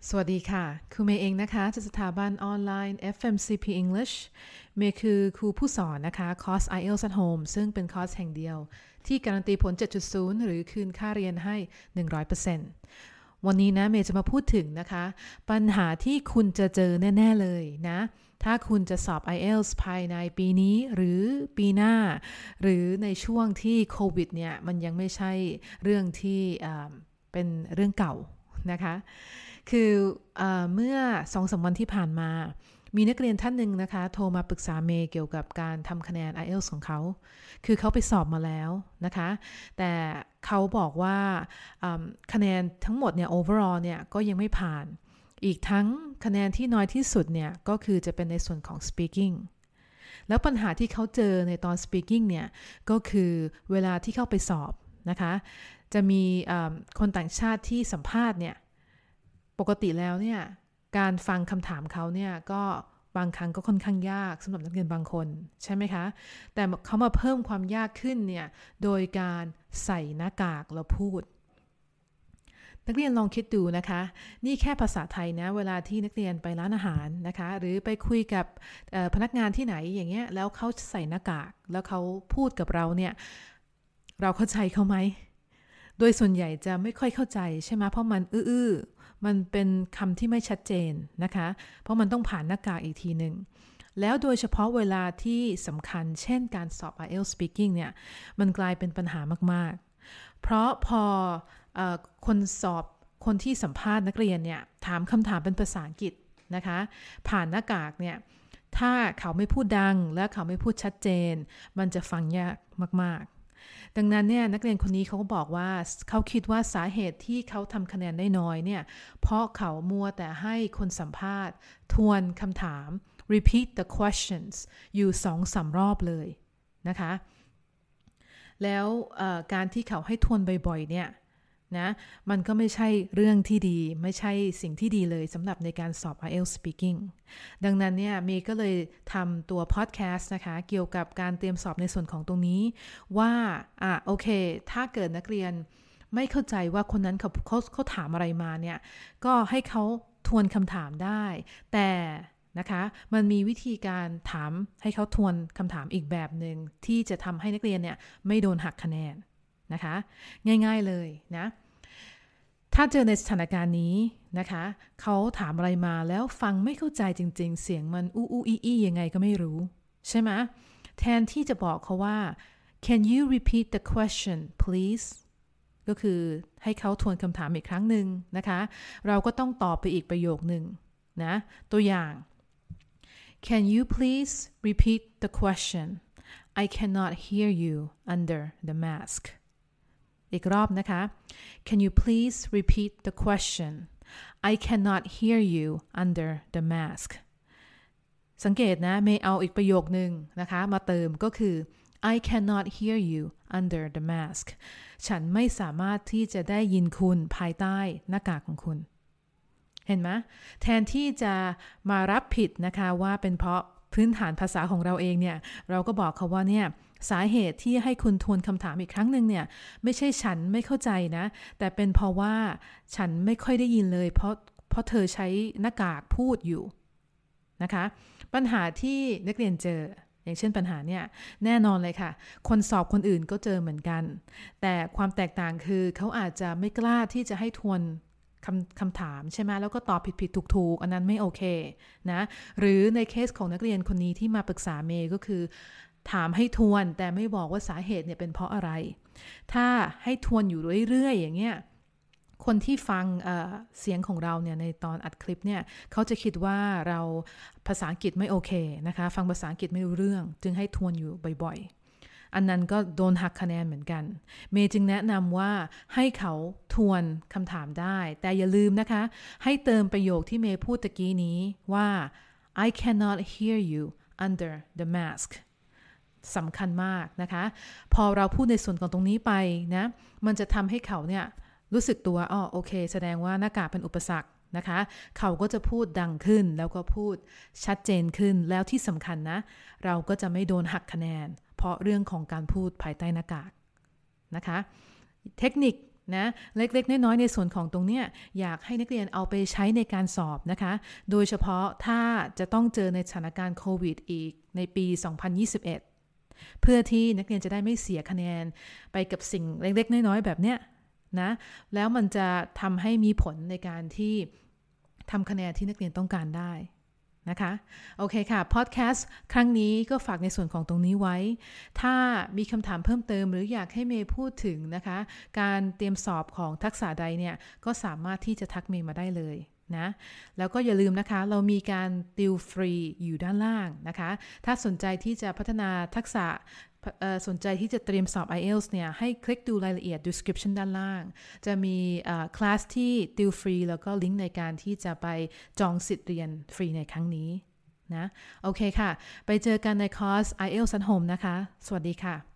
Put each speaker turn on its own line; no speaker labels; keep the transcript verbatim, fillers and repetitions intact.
สวัสดีค่ะครูเมย์เองนะคะจากสถาบันออนไลน์ เอฟ เอ็ม ซี พี English เมย์คือครูผู้สอนนะคะคอร์ส ไอ เอล ที เอส at Home ซึ่งเป็นคอร์สแห่งเดียวที่การันตีผล เจ็ดจุดศูนย์ หรือคืนค่าเรียนให้ หนึ่งร้อยเปอร์เซ็นต์ วันนี้นะเมย์จะมาพูดถึงนะคะปัญหาที่คุณจะเจอแน่ๆเลยนะถ้าคุณจะสอบ ไอ เอล ที เอส ภายในปีนี้หรือปีหน้าหรือในช่วงที่โควิดเนี่ยมันยังไม่ใช่เรื่องที่เป็นเรื่องเก่านะคะคือเอ่อเมื่อ สองถึงสาม วันที่ผ่านมามีนักเรียนท่านหนึ่งนะคะโทรมาปรึกษาเมย์เกี่ยวกับการทำคะแนน ไอ เอล ที เอส ของเขาคือเขาไปสอบมาแล้วนะคะแต่เขาบอกว่าคะแนนทั้งหมดเนี่ย overall เนี่ยก็ยังไม่ผ่านอีกทั้งคะแนนที่น้อยที่สุดเนี่ยก็คือจะเป็นในส่วนของ speaking แล้วปัญหาที่เขาเจอในตอน speaking เนี่ยก็คือเวลาที่เข้าไปสอบนะคะจะมีคนต่างชาติที่สัมภาษณ์เนี่ยปกติแล้วเนี่ยการฟังคำถามเขาเนี่ยก็บางครั้งก็ค่อนข้างยากสำหรับนักเรียนบางคนใช่ไหมคะแต่เขามาเพิ่มความยากขึ้นเนี่ยโดยการใส่หน้ากากแล้วพูดนักเรียนลองคิดดูนะคะนี่แค่ภาษาไทยนะเวลาที่นักเรียนไปร้านอาหารนะคะหรือไปคุยกับพนักงานที่ไหนอย่างเงี้ยแล้วเขาใส่หน้ากากแล้วเขาพูดกับเราเนี่ยเราเข้าใจเขาไหมโดยส่วนใหญ่จะไม่ค่อยเข้าใจใช่ไหมเพราะมันอื้อมันเป็นคำที่ไม่ชัดเจนนะคะเพราะมันต้องผ่านหน้ากากอีกทีหนึ่งแล้วโดยเฉพาะเวลาที่สำคัญเช่นการสอบ ไอ เอล ที เอส Speaking เนี่ยมันกลายเป็นปัญหามากๆเพราะพอเอ่อคนสอบคนที่สัมภาษณ์นักเรียนเนี่ยถามคำถามเป็นภาษาอังกฤษนะคะผ่านหน้ากากเนี่ยถ้าเขาไม่พูดดังและเขาไม่พูดชัดเจนมันจะฟังยากมากๆดังนั้นเนี่ยนักเรียนคนนี้เขาก็บอกว่าเขาคิดว่าสาเหตุที่เขาทำคะแนนได้น้อยเนี่ยเพราะเขามัวแต่ให้คนสัมภาษณ์ทวนคำถาม repeat the questions อยู่ สองถึงสาม รอบเลยนะคะแล้วการที่เขาให้ทวนบ่อยๆเนี่ยนะมันก็ไม่ใช่เรื่องที่ดีไม่ใช่สิ่งที่ดีเลยสำหรับในการสอบ ไอ เอล ที เอส Speaking ดังนั้นเนี่ยเมย์ก็เลยทำตัว podcast นะคะเกี่ยวกับการเตรียมสอบในส่วนของตรงนี้ว่าอ่ะโอเคถ้าเกิดนักเรียนไม่เข้าใจว่าคนนั้นเขาเขาเขาถามอะไรมาเนี่ยก็ให้เขาทวนคำถามได้แต่นะคะมันมีวิธีการถามให้เขาทวนคำถามอีกแบบหนึ่งที่จะทำให้นักเรียนเนี่ยไม่โดนหักคะแนนนะคะง่ายๆเลยนะถ้าเจอในสถานการณ์นี้นะคะเขาถามอะไรมาแล้วฟังไม่เข้าใจจริงๆเสียงมันอู้อู้อี้อี้ยังไงก็ไม่รู้ใช่ไหมแทนที่จะบอกเขาว่า can you repeat the question please ก็คือให้เขาทวนคำถามอีกครั้งหนึ่งนะคะเราก็ต้องตอบไปอีกประโยคหนึ่งนะตัวอย่าง can you please repeat the question I cannot hear you under the maskอีกรอบนะคะ Can you please repeat the question I cannot hear you under the mask สังเกตนะเมย์เอาอีกประโยคนึงนะคะมาเติมก็คือ I cannot hear you under the mask ฉันไม่สามารถที่จะได้ยินคุณภายใต้หน้ากากของคุณเห็นไหมแทนที่จะมารับผิดนะคะว่าเป็นเพราะพื้นฐานภาษาของเราเองเนี่ยเราก็บอกเขาว่าเนี่ยสาเหตุที่ให้คุณทวนคำถามอีกครั้งหนึ่งเนี่ยไม่ใช่ฉันไม่เข้าใจนะแต่เป็นเพราะว่าฉันไม่ค่อยได้ยินเลยเพราะเพราะเธอใช้หน้ากากพูดอยู่นะคะปัญหาที่นักเรียนเจออย่างเช่นปัญหาเนี่ยแน่นอนเลยค่ะคนสอบคนอื่นก็เจอเหมือนกันแต่ความแตกต่างคือเขาอาจจะไม่กล้าที่จะให้ทวนคำคำถามใช่ไหมแล้วก็ตอบผิดๆถูกๆอันนั้นไม่โอเคนะหรือในเคสของนักเรียนคนนี้ที่มาปรึกษาเมย์ก็คือถามให้ทวนแต่ไม่บอกว่าสาเหตุเนี่ยเป็นเพราะอะไรถ้าให้ทวนอยู่เรื่อยๆอย่างเงี้ยคนที่ฟัง เอ่อ เสียงของเราเนี่ยในตอนอัดคลิปเนี่ยเขาจะคิดว่าเราภาษาอังกฤษไม่โอเคนะคะฟังภาษาอังกฤษไม่รู้เรื่องจึงให้ทวนอยู่บ่อยๆอันนั้นก็โดนหักคะแนนเหมือนกันเมย์จึงแนะนำว่าให้เขาทวนคำถามได้แต่อย่าลืมนะคะให้เติมประโยคที่เมย์พูดตะกี้นี้ว่า I cannot hear you under the maskสำคัญมากนะคะพอเราพูดในส่วนของตรงนี้ไปนะมันจะทำให้เขาเนี่ยรู้สึกตัวอ๋อโอเคแสดงว่าหน้ากากเป็นอุปสรรคนะคะเขาก็จะพูดดังขึ้นแล้วก็พูดชัดเจนขึ้นแล้วที่สำคัญนะเราก็จะไม่โดนหักคะแนนเพราะเรื่องของการพูดภายใต้หน้ากากนะคะเทคนิคนะเล็กๆน้อยๆในส่วนของตรงเนี้ยอยากให้นักเรียนเอาไปใช้ในการสอบนะคะโดยเฉพาะถ้าจะต้องเจอในสถานการณ์โควิดอีกในปีสองพันยี่สิบเอ็ดเพื่อที่นักเรียนจะได้ไม่เสียคะแนนไปกับสิ่งเล็กๆน้อยๆแบบเนี้ยนะแล้วมันจะทำให้มีผลในการที่ทำคะแนนที่นักเรียนต้องการได้นะคะโอเคค่ะพอดแคสต์ครั้งนี้ก็ฝากในส่วนของตรงนี้ไว้ถ้ามีคำถามเพิ่มเติมหรืออยากให้เมย์พูดถึงนะคะการเตรียมสอบของทักษะใดเนี่ยก็สามารถที่จะทักเมย์มาได้เลยนะแล้วก็อย่าลืมนะคะเรามีการติวฟรีอยู่ด้านล่างนะคะถ้าสนใจที่จะพัฒนาทักษะสนใจที่จะเตรียมสอบ ไอ เอล ที เอส เนี่ยให้คลิกดูรายละเอียด description ด้านล่างจะมีคลาสที่ติวฟรีแล้วก็ลิงก์ในการที่จะไปจองสิทธิ์เรียนฟรีในครั้งนี้นะโอเคค่ะไปเจอกันในคอร์ส ไอ เอล ที เอส at Home นะคะสวัสดีค่ะ